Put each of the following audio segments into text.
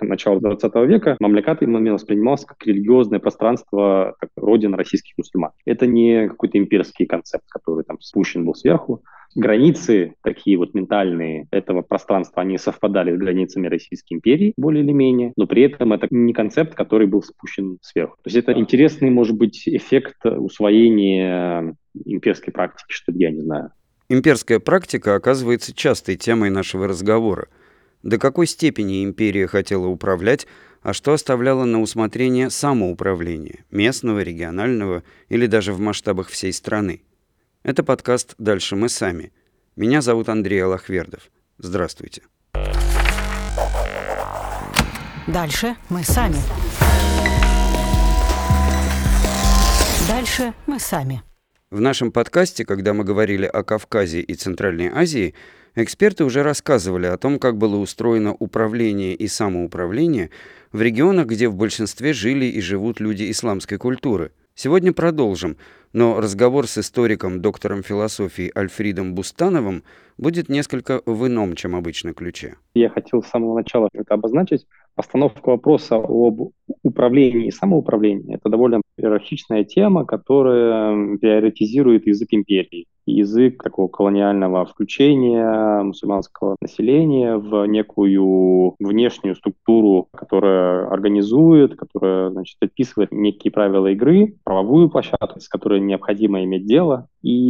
начала 20 века Мамлякат именно воспринимался как религиозное пространство, как родина российских мусульман. Это не какой-то имперский концепт, который там спущен был сверху. Границы такие вот ментальные этого пространства, они совпадали с границами Российской империи более или менее, но при этом это не концепт, который был спущен сверху. То есть это интересный, может быть, эффект усвоения имперской практики, что ли, я не знаю. Имперская практика оказывается частой темой нашего разговора. До какой степени империя хотела управлять, а что оставляла на усмотрение самоуправления, местного, регионального или даже в масштабах всей страны? Это подкаст «Дальше мы сами». Меня зовут Андрей Аллахвердов. Здравствуйте. Дальше мы сами. Дальше мы сами. В нашем подкасте, когда мы говорили о Кавказе и Центральной Азии, эксперты уже рассказывали о том, как было устроено управление и самоуправление в регионах, где в большинстве жили и живут люди исламской культуры. Сегодня продолжим, но разговор с историком, доктором философии Альфридом Бустановым будет несколько в ином, чем обычно, ключе. Я хотел с самого начала это обозначить. Постановка вопроса об управлении и самоуправлении – это довольно иерархичная тема, которая приоритизирует язык империи. Язык такого колониального включения мусульманского населения в некую внешнюю структуру, которая организует, которая, описывает некие правила игры, правовую площадку, с которой необходимо иметь дело.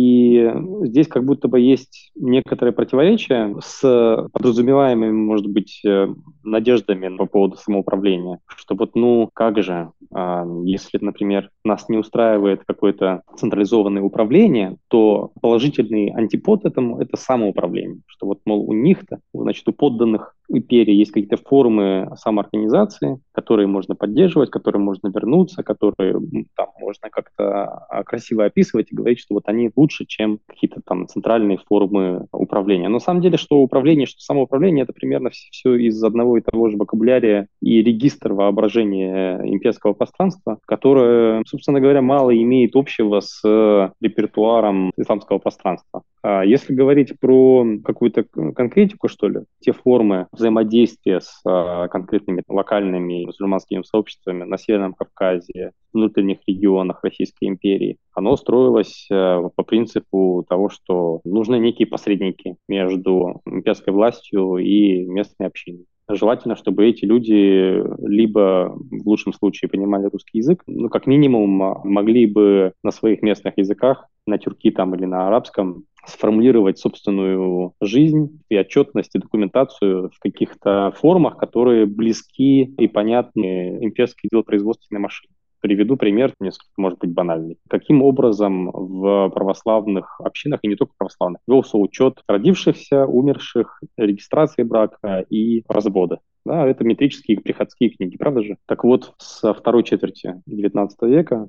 И здесь как будто бы есть некоторое противоречие с подразумеваемыми, может быть, надеждами по поводу самоуправления. Что вот, как же, если, например, нас не устраивает какое-то централизованное управление, то положительный антипод этому – это самоуправление. Что вот, мол, у них-то, у подданных империи есть какие-то формы самоорганизации, которые можно поддерживать, которые можно вернуться, которые там можно как-то красиво описывать и говорить, что вот они лучше, чем какие-то там центральные формы управления. Но на самом деле, что управление, что самоуправление – это примерно все из одного и того же вокабулярия и регистр воображения имперского пространства, которое, собственно говоря, мало имеет общего с репертуаром исламского пространства. Если говорить про какую-то конкретику, что ли, те формы взаимодействия с конкретными локальными мусульманскими сообществами на Северном Кавказе, в внутренних регионах Российской империи, оно строилось по принципу того, что нужны некие посредники между имперской властью и местной общиной. Желательно, чтобы эти люди либо в лучшем случае понимали русский язык, как минимум могли бы на своих местных языках, на тюрки там или на арабском, сформулировать собственную жизнь и отчетность, и документацию в каких-то формах, которые близки и понятны имперской делопроизводственной машине. Приведу пример, несколько, может быть, банальный. Каким образом в православных общинах, и не только православных, велся учет родившихся, умерших, регистрации брака и развода? Да, это метрические приходские книги, правда же? Так вот, со второй четверти XIX века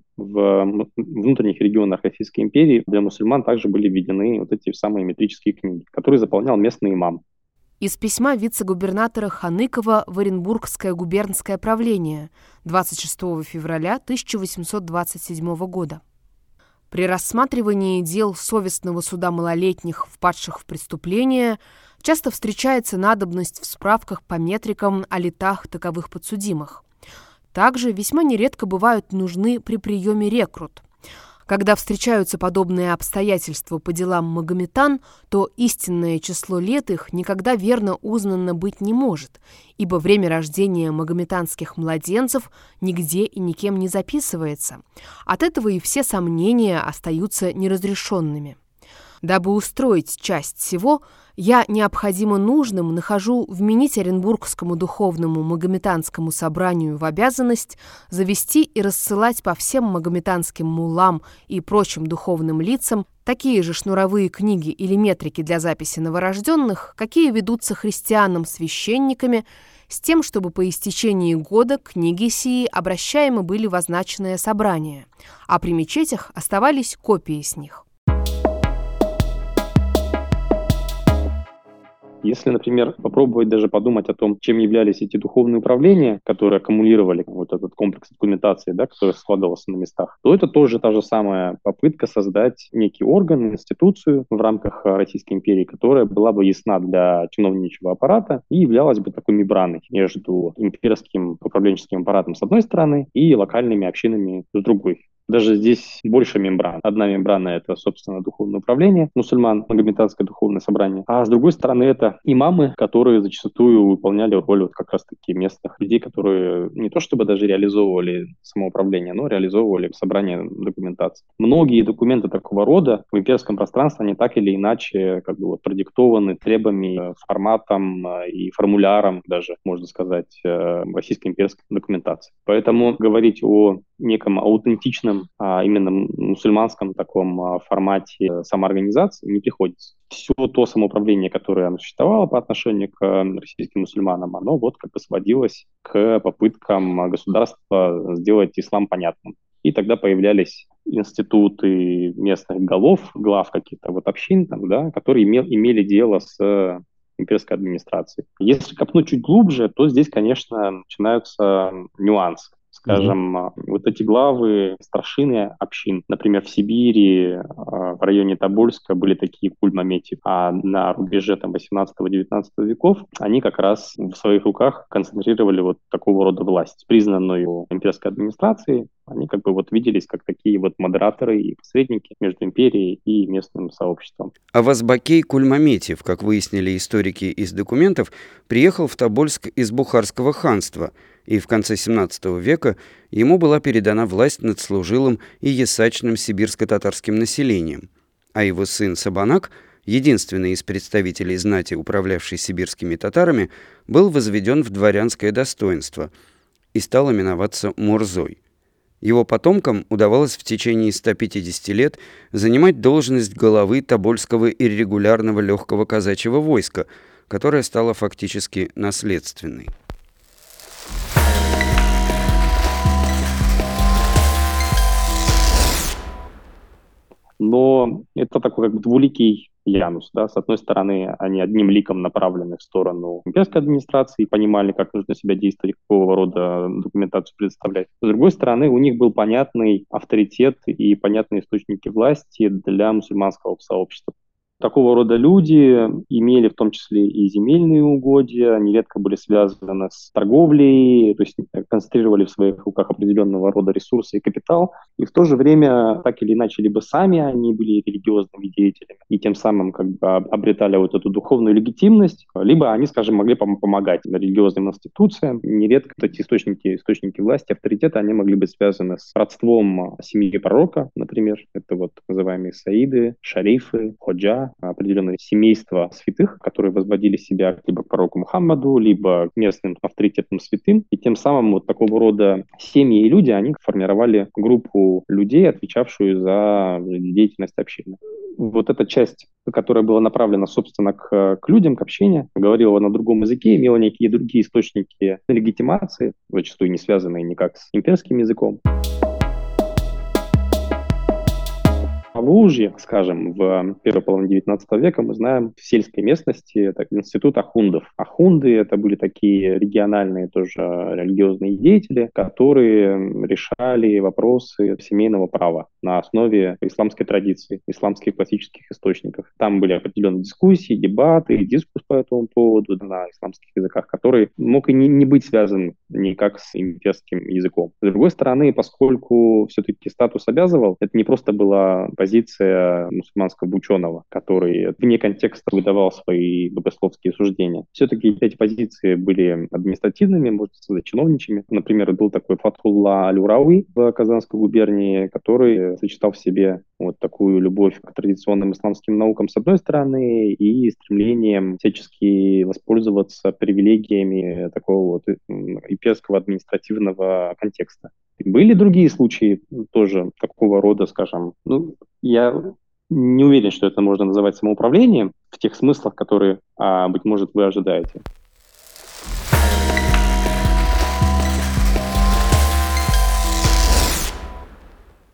в внутренних регионах Российской империи для мусульман также были введены вот эти самые метрические книги, которые заполнял местный имам. Из письма вице-губернатора Ханыкова в Оренбургское губернское правление 26 февраля 1827 года. При рассматривании дел совестного суда малолетних, впадших в преступления, часто встречается надобность в справках по метрикам о летах таковых подсудимых. Также весьма нередко бывают нужны при приеме рекрут. Когда встречаются подобные обстоятельства по делам магометан, то истинное число лет их никогда верно узнано быть не может, ибо время рождения магометанских младенцев нигде и никем не записывается. От этого и все сомнения остаются неразрешенными. Дабы устроить часть всего, я необходимо нужным нахожу вменить Оренбургскому духовному магометанскому собранию в обязанность завести и рассылать по всем магометанским муллам и прочим духовным лицам такие же шнуровые книги или метрики для записи новорожденных, какие ведутся христианам-священниками, с тем, чтобы по истечении года книги сии обращаемы были в означенное собрание, а при мечетях оставались копии с них. Если, например, попробовать даже подумать о том, чем являлись эти духовные управления, которые аккумулировали вот этот комплекс документации, да, который складывался на местах, то это тоже та же самая попытка создать некий орган, институцию в рамках Российской империи, которая была бы ясна для чиновничьего аппарата и являлась бы такой мембраной между имперским управленческим аппаратом с одной стороны и локальными общинами с другой. Даже здесь больше мембран. Одна мембрана — это, собственно, духовное управление мусульман, Магометанское духовное собрание. А с другой стороны, это имамы, которые зачастую выполняли роль вот как раз-таки местных людей, которые не то чтобы даже реализовывали самоуправление, но реализовывали собрание документации. Многие документы такого рода в имперском пространстве, они так или иначе как бы вот продиктованы требами, форматом и формуляром даже, можно сказать, российской имперской документации. Поэтому говорить о неком аутентичном, именно мусульманском таком формате самоорганизации не приходится. Все то самоуправление, которое оно существовало по отношению к российским мусульманам, оно вот как бы сводилось к попыткам государства сделать ислам понятным. И тогда появлялись институты местных глав каких-то вот общин, там, да, которые имели дело с имперской администрацией. Если копнуть чуть глубже, то здесь, конечно, начинаются нюансы. Скажем, вот эти главы, старшины общин, например, в Сибири, в районе Тобольска были такие кульмамети, а на рубеже 18-19 веков они как раз в своих руках концентрировали вот такого рода власть, признанную имперской администрацией. Они как бы вот виделись как такие вот модераторы и посредники между империей и местным сообществом. А Вазбакей Кульмаметьев, как выяснили историки из документов, приехал в Тобольск из Бухарского ханства, и в конце XVII века ему была передана власть над служилым и ясачным сибирско-татарским населением, а его сын Сабанак, единственный из представителей знати, управлявший сибирскими татарами, был возведен в дворянское достоинство и стал именоваться Мурзой. Его потомкам удавалось в течение 150 лет занимать должность главы Тобольского иррегулярного легкого казачьего войска, которое стало фактически наследственной. Но это такой как бы двуликий Янус, да, с одной стороны, они одним ликом направлены в сторону имперской администрации и понимали, как нужно себя действовать, какого рода документацию предоставлять. С другой стороны, у них был понятный авторитет и понятные источники власти для мусульманского сообщества. Такого рода люди имели в том числе и земельные угодья, нередко были связаны с торговлей, то есть концентрировали в своих руках определенного рода ресурсы и капитал, и в то же время так или иначе либо сами они были религиозными деятелями и тем самым как бы обретали вот эту духовную легитимность, либо они, скажем, могли помогать религиозным институциям. Нередко эти источники власти, авторитета, они могли быть связаны с родством семьи пророка, например, это вот называемые саиды, шарифы, ходжа, определенное семейство святых, которые возводили себя либо к пророку Мухаммаду, либо к местным авторитетным святым. И тем самым вот такого рода семьи и люди, они формировали группу людей, отвечавшую за деятельность общины. Вот эта часть, которая была направлена, собственно, к людям, к общине, говорила на другом языке, имела некие другие источники легитимации, зачастую не связанные никак с имперским языком. Поволжье, скажем, в первой половине XIX века мы знаем в сельской местности это институт ахундов. Ахунды — это были такие региональные тоже религиозные деятели, которые решали вопросы семейного права на основе исламской традиции, исламских классических источников. Там были определенные дискуссии, дебаты, дискурс по этому поводу на исламских языках, который мог и не быть связан никак с имперским языком. С другой стороны, поскольку все-таки статус обязывал, это не просто была позиция мусульманского ученого, который вне контекста выдавал свои богословские суждения. Все-таки эти позиции были административными, можно сказать, чиновничьими. Например, был такой Фатхулла Аль-Урауи в Казанской губернии, который сочетал в себе вот такую любовь к традиционным исламским наукам с одной стороны и стремлением всячески воспользоваться привилегиями такого вот имперского административного контекста. Были другие случаи тоже такого рода, скажем, я не уверен, что это можно называть самоуправлением в тех смыслах, которые, быть может, вы ожидаете. На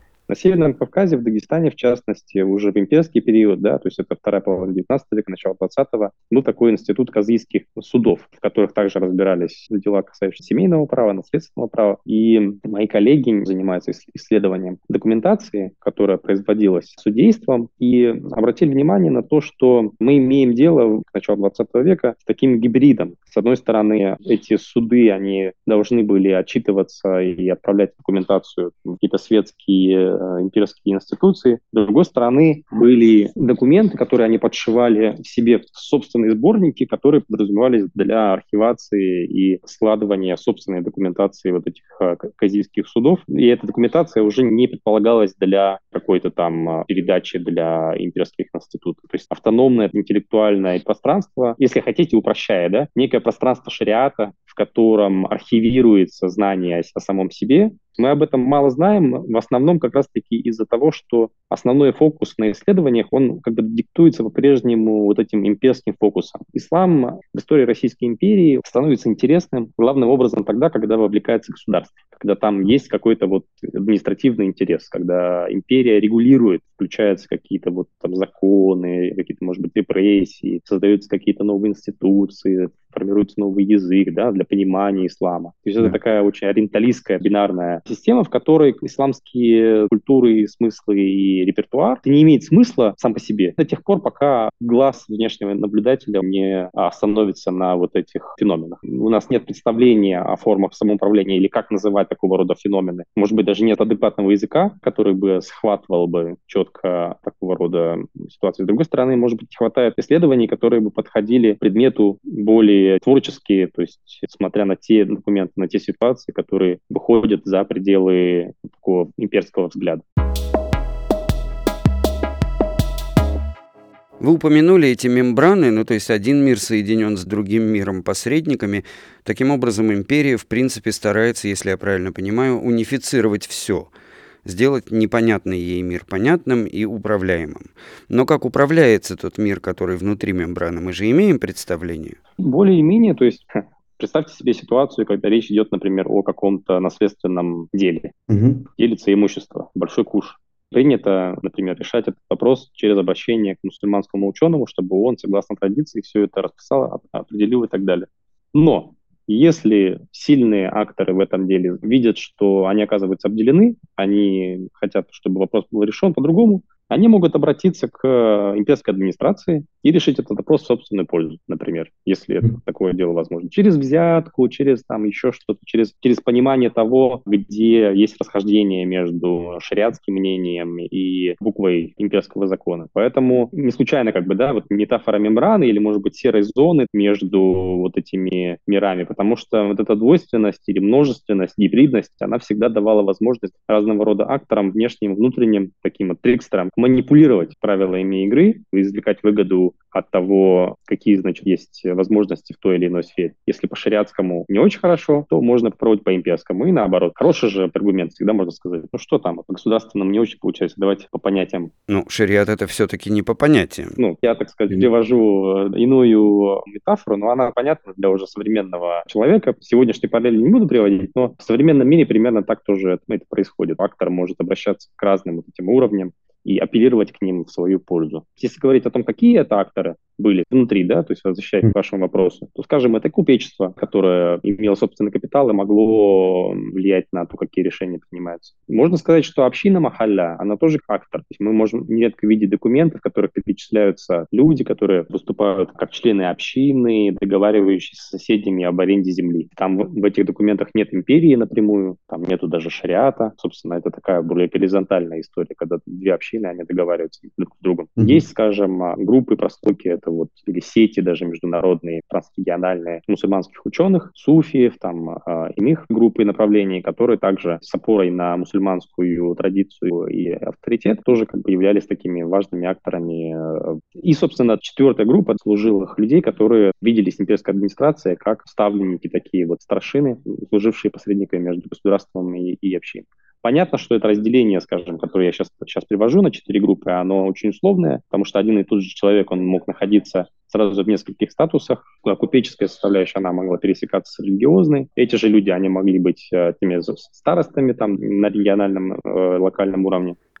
Северном Кавказе, в Дагестане, в частности, уже в имперский период, да, то есть это вторая половина 19 века, начало 20-го, был такой институт казийских судов, в которых также разбирались дела, касающиеся семейного права, наследственного права. И мои коллеги занимаются исследованием документации, которая производилась судейством, и обратили внимание на то, что мы имеем дело к началу 20 века с таким гибридом. С одной стороны, эти суды, они должны были отчитываться и отправлять документацию в какие-то светские имперские институции. С другой стороны, были документы, которые они подшивали себе в собственные сборники, которые подразумевались для архивации и складывания собственной документации вот этих казийских судов. И эта документация уже не предполагалась для какой-то там передачи для имперских институтов. То есть автономное интеллектуальное пространство, если хотите, упрощая, да, некое пространство шариата, в котором архивируется знание о самом себе. Мы об этом мало знаем, в основном как раз-таки из-за того, что основной фокус на исследованиях, он как бы диктуется по-прежнему вот этим имперским фокусом. Ислам в истории Российской империи становится интересным главным образом тогда, когда вовлекается государство, когда там есть какой-то вот административный интерес, когда империя регулирует, включаются какие-то вот там законы, какие-то, может быть, репрессии, создаются какие-то новые институции, формируется новый язык, да, для понимания ислама. То есть это такая очень ориенталистская бинарная система, в которой исламские культуры, смыслы и репертуар не имеет смысла сам по себе до тех пор, пока глаз внешнего наблюдателя не остановится на вот этих феноменах. У нас нет представления о формах самоуправления или как называть такого рода феномены. Может быть, даже нет адекватного языка, который бы схватывал бы четко такого рода ситуации. С другой стороны, может быть, не хватает исследований, которые бы подходили к предмету более творческие, то есть смотря на те документы, на те ситуации, которые выходят за пределы такого имперского взгляда. Вы упомянули эти мембраны, ну то есть один мир соединен с другим миром посредниками. Таким образом, империя, в принципе, старается, если я правильно понимаю, унифицировать все, сделать непонятный ей мир понятным и управляемым. Но как управляется тот мир, который внутри мембраны, мы же имеем представление? Более-менее, то есть представьте себе ситуацию, когда речь идет, например, о каком-то наследственном деле. Делится имущество, большой куш. Принято, например, решать этот вопрос через обращение к мусульманскому ученому, чтобы он, согласно традиции, все это расписал, определил и так далее. Но если сильные акторы в этом деле видят, что они оказываются обделены, они хотят, чтобы вопрос был решен по-другому, они могут обратиться к имперской администрации и решить этот вопрос в собственную пользу, например, если такое дело возможно. Через взятку, через там еще что-то, через понимание того, где есть расхождение между шариатским мнением и буквой имперского закона. Поэтому не случайно как бы, да, вот метафора мембраны или, может быть, серой зоны между вот этими мирами, потому что вот эта двойственность или множественность, гибридность, она всегда давала возможность разного рода акторам, внешним, внутренним, таким вот трикстерам, манипулировать правилами игры, извлекать выгоду от того, какие, значит, есть возможности в той или иной сфере. Если по шариатскому не очень хорошо, то можно попробовать по имперскому. И наоборот. Хороший же аргумент, всегда можно сказать, ну что там, по государственному не очень получается, давайте по понятиям. Ну, шариат это все-таки не по понятиям. Ну, я, так сказать, привожу иную метафору, но она понятна для уже современного человека. Сегодняшний параллель не буду приводить, но в современном мире примерно так тоже это происходит. Актор может обращаться к разным вот этим уровням и апеллировать к ним в свою пользу. Если говорить о том, какие это акторы были внутри, да, то есть возвращаясь к вашему вопросу, то, скажем, это купечество, которое имело собственный капитал и могло влиять на то, какие решения принимаются. Можно сказать, что община Махалля, она тоже актор. То есть мы можем нередко видеть документы, в которых перечисляются люди, которые выступают как члены общины, договаривающиеся с соседями об аренде земли. Там в этих документах нет империи напрямую, там нету даже шариата. Собственно, это такая более горизонтальная история, когда две общины, они договариваются друг с другом. Есть, скажем, группы, прослойки, это вот, или сети даже международные, трансрегиональные мусульманских ученых, суфиев, там, иных групп и направлений, которые также с опорой на мусульманскую традицию и авторитет тоже как бы являлись такими важными акторами. И, собственно, четвертая группа служилых людей, которые виделись имперской администрацией как ставленники, такие вот старшины, служившие посредниками между государством и общиной. Понятно, что это разделение, скажем, которое я сейчас привожу на 4 группы, оно очень условное, потому что один и тот же человек, он мог находиться сразу в нескольких статусах. Купеческая составляющая, она могла пересекаться с религиозной. Эти же люди, они могли быть теми старостами там, на региональном, локальном уровне.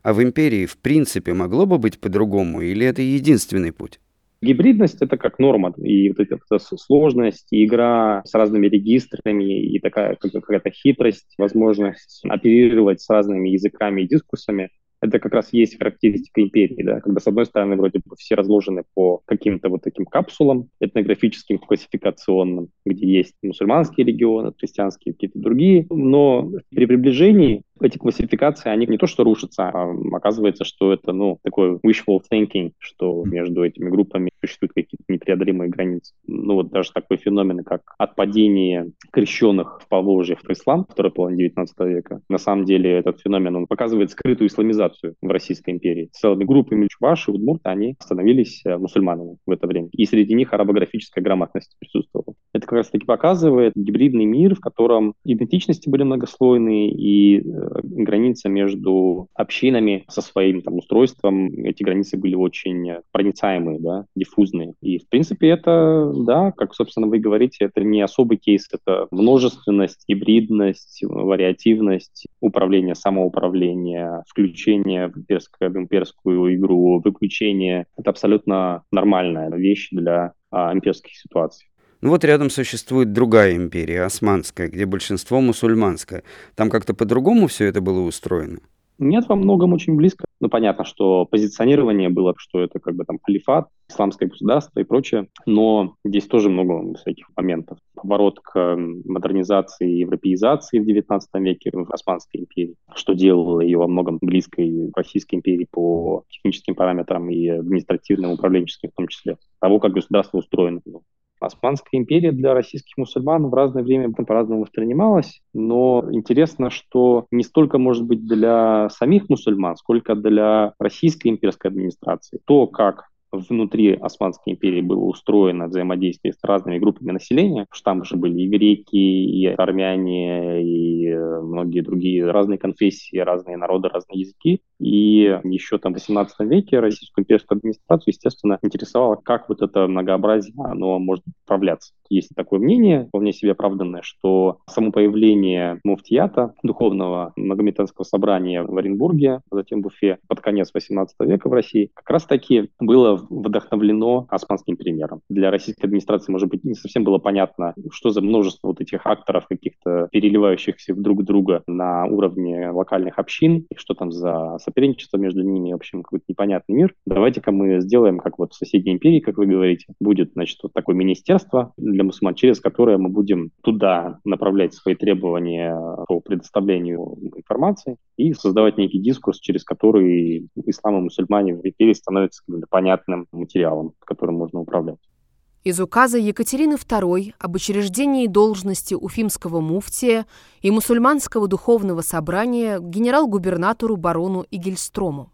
А в империи в принципе могло бы быть по-другому, или это единственный путь? Гибридность — это как норма, и вот эта сложность, и игра с разными регистрами, и такая какая-то хитрость, возможность оперировать с разными языками и дискурсами. Это как раз есть характеристика империи, да, когда, с одной стороны, вроде бы все разложены по каким-то вот таким капсулам этнографическим, классификационным, где есть мусульманские регионы, христианские, какие-то другие, но при приближении эти классификации, они не то что рушатся, а оказывается, что это, такой wishful thinking, что между этими группами существуют какие-то непреодолимые границы. Вот даже такой феномен, как отпадение крещенных в Поволжье в ислам, второй половины XIX века. На самом деле этот феномен, он показывает скрытую исламизацию в Российской империи. Целыми группами чуваши, удмурты, они становились мусульманами в это время. И среди них арабографическая грамотность присутствовала. Это как раз-таки показывает гибридный мир, в котором идентичности были многослойные, и граница между общинами со своим устройством, эти границы были очень проницаемые, да, диффузные. И, в принципе, это, да, как, собственно, вы говорите, это не особый кейс, это множественность, гибридность, вариативность, управление, самоуправление, включение в имперскую игру, выключение. Это абсолютно нормальная вещь для имперских ситуаций. Вот рядом существует другая империя, Османская, где большинство мусульманское. Там как-то по-другому все это было устроено? Нет, во многом очень близко. Понятно, что позиционирование было, что это халифат, исламское государство и прочее, но здесь тоже много всяких моментов. Поворот к модернизации и европеизации в XIX веке в Османской империи, что делало ее во многом близкой к Российской империи по техническим параметрам и административным, управленческим в том числе, того, как государство устроено. Османская империя для российских мусульман в разное время по-разному воспринималась, но интересно, что не столько, может быть, для самих мусульман, сколько для российской имперской администрации. То, как внутри Османской империи было устроено взаимодействие с разными группами населения, что там же были и греки, и армяне, и многие другие разные конфессии, разные народы, разные языки. И еще в XVIII веке российскую имперскую администрацию, естественно, интересовало, как вот это многообразие, оно может управляться. Есть такое мнение, вполне себе оправданное, что само появление муфтията, духовного магометанского собрания в Оренбурге, а затем в Уфе, под конец XVIII века в России, как раз-таки было вдохновлено османским примером. Для российской администрации, может быть, не совсем было понятно, что за множество вот этих акторов, каких-то переливающихся друг друга на уровне локальных общин, и что там за соперничество между ними, в общем, какой-то непонятный мир. Давайте-ка мы сделаем, как вот в соседней империи, как вы говорите, будет, значит, вот такое министерство для мусульман, через которое мы будем туда направлять свои требования по предоставлению информации и создавать некий дискурс, через который ислам и мусульмане в империи становятся понятным материалом, которым можно управлять. Из указа Екатерины II об учреждении должности уфимского муфтия и мусульманского духовного собрания генерал-губернатору барону Игельстрому.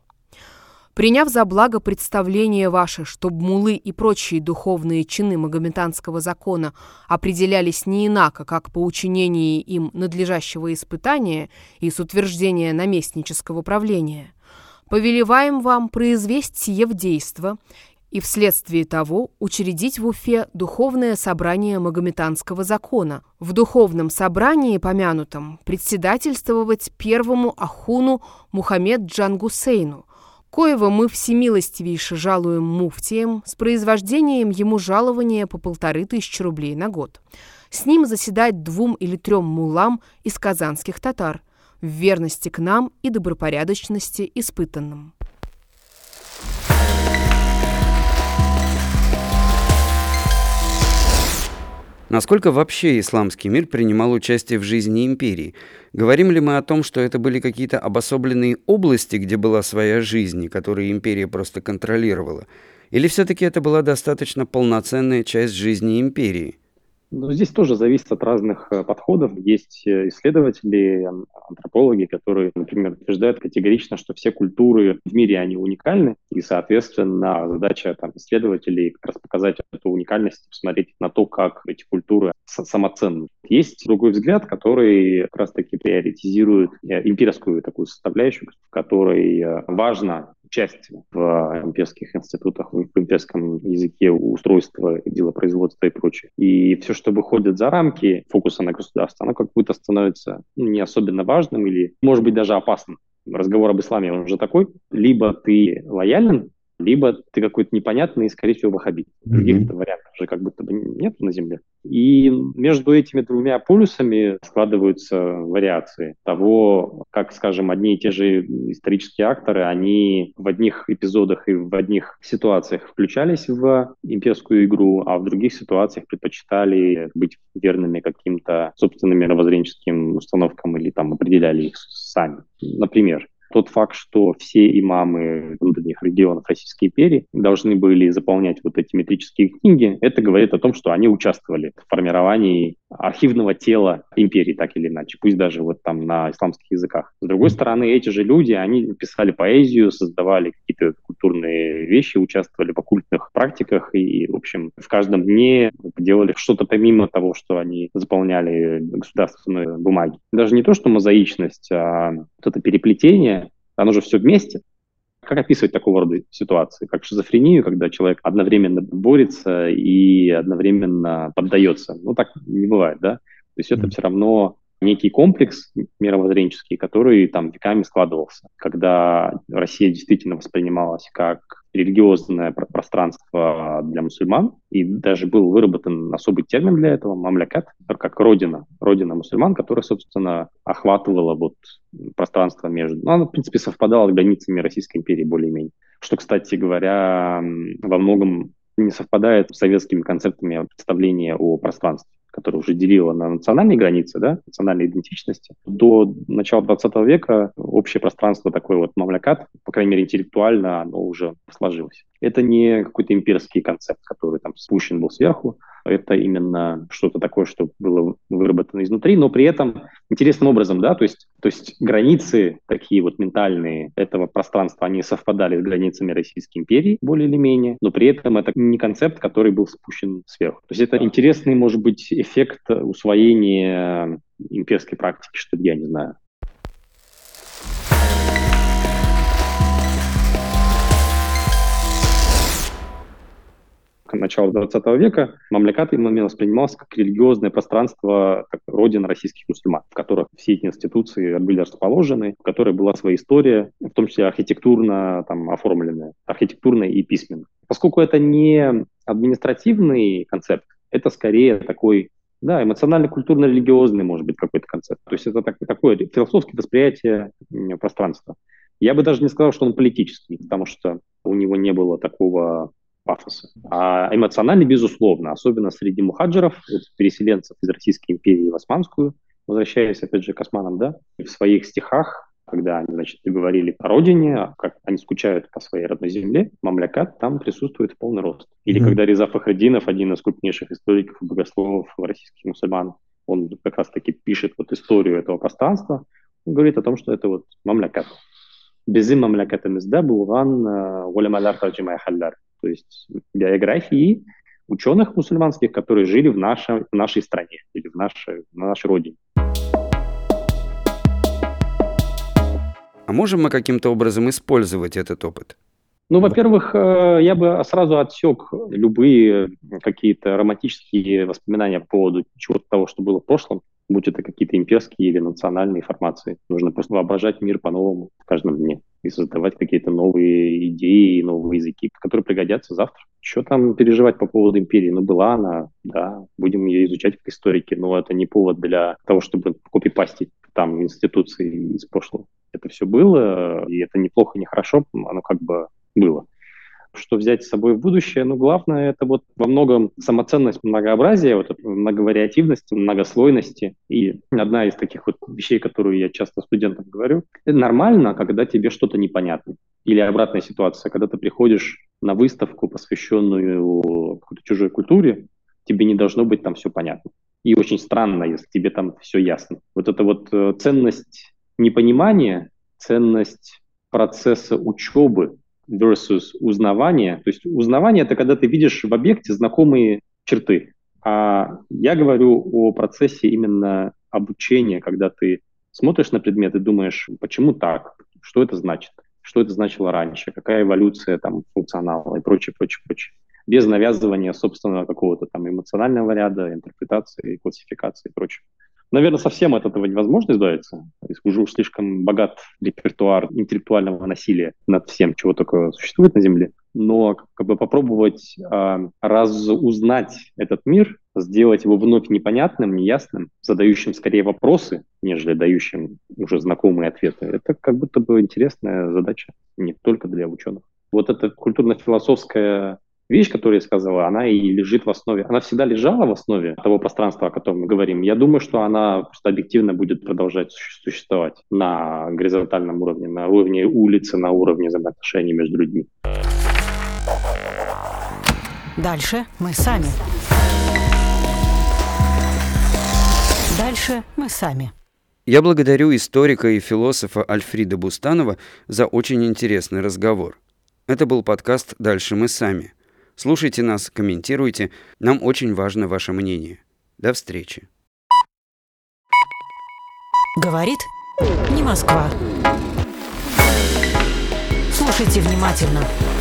Приняв за благо представление ваше, чтоб муллы и прочие духовные чины магометанского закона определялись не инако, как по учинении им надлежащего испытания и с утверждения наместнического правления, повелеваем вам произвесть сие в действо и вследствие того учредить в Уфе духовное собрание магометанского закона. В духовном собрании помянутом председательствовать первому ахуну Мухаммед Джан Гусейну, коего мы всемилостивейше жалуем муфтием с произвождением ему жалования по 1500 рублей на год. С ним заседать 2 или 3 муллам из казанских татар, в верности к нам и добропорядочности испытанным. Насколько вообще исламский мир принимал участие в жизни империи? Говорим ли мы о том, что это были какие-то обособленные области, где была своя жизнь, которые империя просто контролировала? Или все-таки это была достаточно полноценная часть жизни империи? Здесь тоже зависит от разных подходов. Есть исследователи, антропологи, которые, например, утверждают категорично, что все культуры в мире, они уникальны, и, соответственно, задача исследователей как раз показать эту уникальность, посмотреть на то, как эти культуры самоценны. Есть другой взгляд, который как раз-таки приоритизирует имперскую такую составляющую, в которой важно участие в имперских институтах, в имперском языке, устройства, делопроизводства и прочее. И все, что выходит за рамки фокуса на государство, оно как будто становится не особенно важным или, может быть, даже опасным разговор об исламе, он уже такой, либо ты лоялен, либо ты какой-то непонятный и, скорее всего, ваххабит. Других вариантов уже как будто бы нет на Земле. И между этими двумя полюсами складываются вариации того, как, скажем, одни и те же исторические акторы, они в одних эпизодах и в одних ситуациях включались в имперскую игру, а в других ситуациях предпочитали быть верными каким-то собственным мировоззренческим установкам или там определяли их сами. Например, тот факт, что все имамы внутренних регионов Российской империи должны были заполнять вот эти метрические книги, это говорит о том, что они участвовали в формировании архивного тела империи, так или иначе, пусть даже вот там на исламских языках. С другой стороны, эти же люди, они писали поэзию, создавали какие-то культурные вещи, участвовали в оккультных практиках и, в общем, в каждом дне делали что-то помимо того, что они заполняли государственные бумаги. Даже не то, что мозаичность, а вот это переплетение, оно же все вместе. Как описывать такого рода ситуации? Как шизофрению, когда человек одновременно борется и одновременно поддается. Ну, так не бывает, да? То есть это все равно некий комплекс мировоззренческий, который там веками складывался. Когда Россия действительно воспринималась как религиозное пространство для мусульман, и даже был выработан особый термин для этого, мамлякат, как родина мусульман, которая, собственно, охватывала вот пространство между... Ну, она, в принципе, совпадала с границами Российской империи более-менее. Что, кстати говоря, во многом не совпадает с советскими концептами представления о пространстве, которое уже делило на национальные границы, да, национальные идентичности. До начала 20 века общее пространство такое вот мамлякат, по крайней мере, интеллектуально, оно уже сложилось. Это не какой-то имперский концепт, который там спущен был сверху, это именно что-то такое, что было выработано изнутри, но при этом интересным образом, да, то есть границы такие вот ментальные этого пространства, они совпадали с границами Российской империи более или менее, но при этом это не концепт, который был спущен сверху. То есть это интересный, может быть, эффект усвоения имперской практики, что ли, я не знаю. К началу 20 века мамлякат именно воспринимался как религиозное пространство, как родина российских мусульман, в которых все эти институции были расположены, в которой была своя история, в том числе архитектурно там, оформленная, архитектурно и письменно. Поскольку это не административный концепт, это скорее такой, да, эмоционально-культурно-религиозный, может быть, какой-то концепт. То есть это такое философское восприятие пространства. Я бы даже не сказал, что он политический, потому что у него не было такого пафоса. А эмоционально, безусловно, особенно среди мухаджиров, переселенцев из Российской империи в Османскую, возвращаясь, опять же, к османам, да, в своих стихах, когда они, значит, говорили о родине, как они скучают по своей родной земле, мамлякат там присутствует в полный рост. Или когда Реза Фахретдинов, один из крупнейших историков и богословов российских мусульман, он как раз-таки пишет вот историю этого пространства, он говорит о том, что это вот мамлякат. Безим мамлякатамизда булган улямалар тарджима халлар. То есть биографии ученых мусульманских, которые жили в нашей стране или на нашей родине. А можем мы каким-то образом использовать этот опыт? Ну, во-первых, я бы сразу отсек любые какие-то романтические воспоминания по поводу чего-то того, что было в прошлом, будь это какие-то имперские или национальные формации. Нужно просто воображать мир по-новому в каждом дне и создавать какие-то новые идеи, новые языки, которые пригодятся завтра. Что там переживать по поводу империи? Ну, была она, да, будем ее изучать как историки, но это не повод для того, чтобы копипастить там институции из прошлого. Это все было, и это неплохо, не хорошо, оно как бы было. Что взять с собой в будущее? Ну, главное, это вот во многом самоценность многообразия, вот многовариативности, многослойности. И одна из таких вот вещей, которую я часто студентам говорю, это нормально, когда тебе что-то непонятно. Или обратная ситуация, когда ты приходишь на выставку, посвященную какой-то чужой культуре, тебе не должно быть там все понятно. И очень странно, если тебе там все ясно. Вот эта вот ценность непонимания, ценность процесса учебы, versus узнавание. То есть узнавание – это когда ты видишь в объекте знакомые черты. А я говорю о процессе именно обучения, когда ты смотришь на предмет и думаешь, почему так, что это значит, что это значило раньше, какая эволюция там функционала и прочее, прочее, прочее. Без навязывания собственного какого-то там эмоционального ряда, интерпретации, классификации и прочего. Наверное, совсем от этого невозможно избавиться. Уже уж слишком богат репертуар интеллектуального насилия над всем, чего только существует на Земле. Но как бы попробовать разузнать этот мир, сделать его вновь непонятным, неясным, задающим скорее вопросы, нежели дающим уже знакомые ответы. Это как будто бы интересная задача не только для ученых. Вот эта культурно-философская вещь, которую я сказала, она и лежит в основе, она всегда лежала в основе того пространства, о котором мы говорим. Я думаю, что она просто объективно будет продолжать существовать на горизонтальном уровне, на уровне улицы, на уровне взаимоотношений между людьми. Дальше мы сами. Дальше мы сами. Я благодарю историка и философа Альфрида Бустанова за очень интересный разговор. Это был подкаст «Дальше мы сами». Слушайте нас, комментируйте. Нам очень важно ваше мнение. До встречи. Говорит не Москва. Слушайте внимательно.